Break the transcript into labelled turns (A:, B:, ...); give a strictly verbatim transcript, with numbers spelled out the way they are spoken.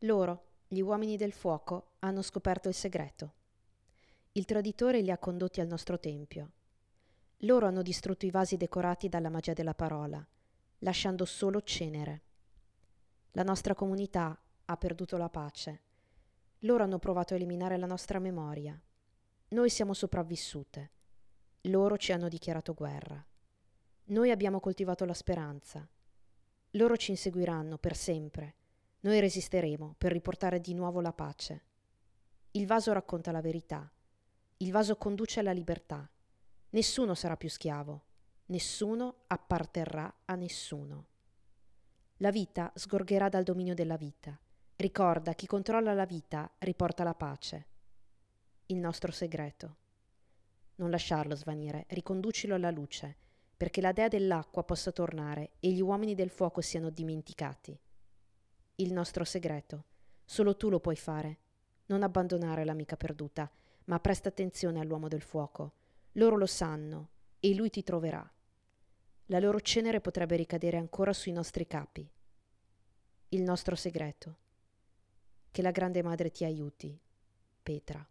A: Loro, gli uomini del fuoco, hanno scoperto il segreto. Il traditore li ha condotti al nostro tempio. Loro hanno distrutto i vasi decorati dalla magia della parola, lasciando solo cenere. La nostra comunità ha perduto la pace. Loro hanno provato a eliminare la nostra memoria. Noi siamo sopravvissute. Loro ci hanno dichiarato guerra. Noi abbiamo coltivato la speranza. Loro ci inseguiranno per sempre. Noi resisteremo per riportare di nuovo la pace. Il vaso racconta la verità. Il vaso conduce alla libertà. Nessuno sarà più schiavo. Nessuno apparterrà a nessuno. La vita sgorgerà dal dominio della vita. Ricorda, chi controlla la vita riporta la pace. Il nostro segreto. Non lasciarlo svanire, riconducilo alla luce, perché la dea dell'acqua possa tornare e gli uomini del fuoco siano dimenticati. Il nostro segreto. Solo tu lo puoi fare. Non abbandonare l'amica perduta, ma presta attenzione all'uomo del fuoco. Loro lo sanno e lui ti troverà. La loro cenere potrebbe ricadere ancora sui nostri capi. Il nostro segreto. Che la grande madre ti aiuti, Petra.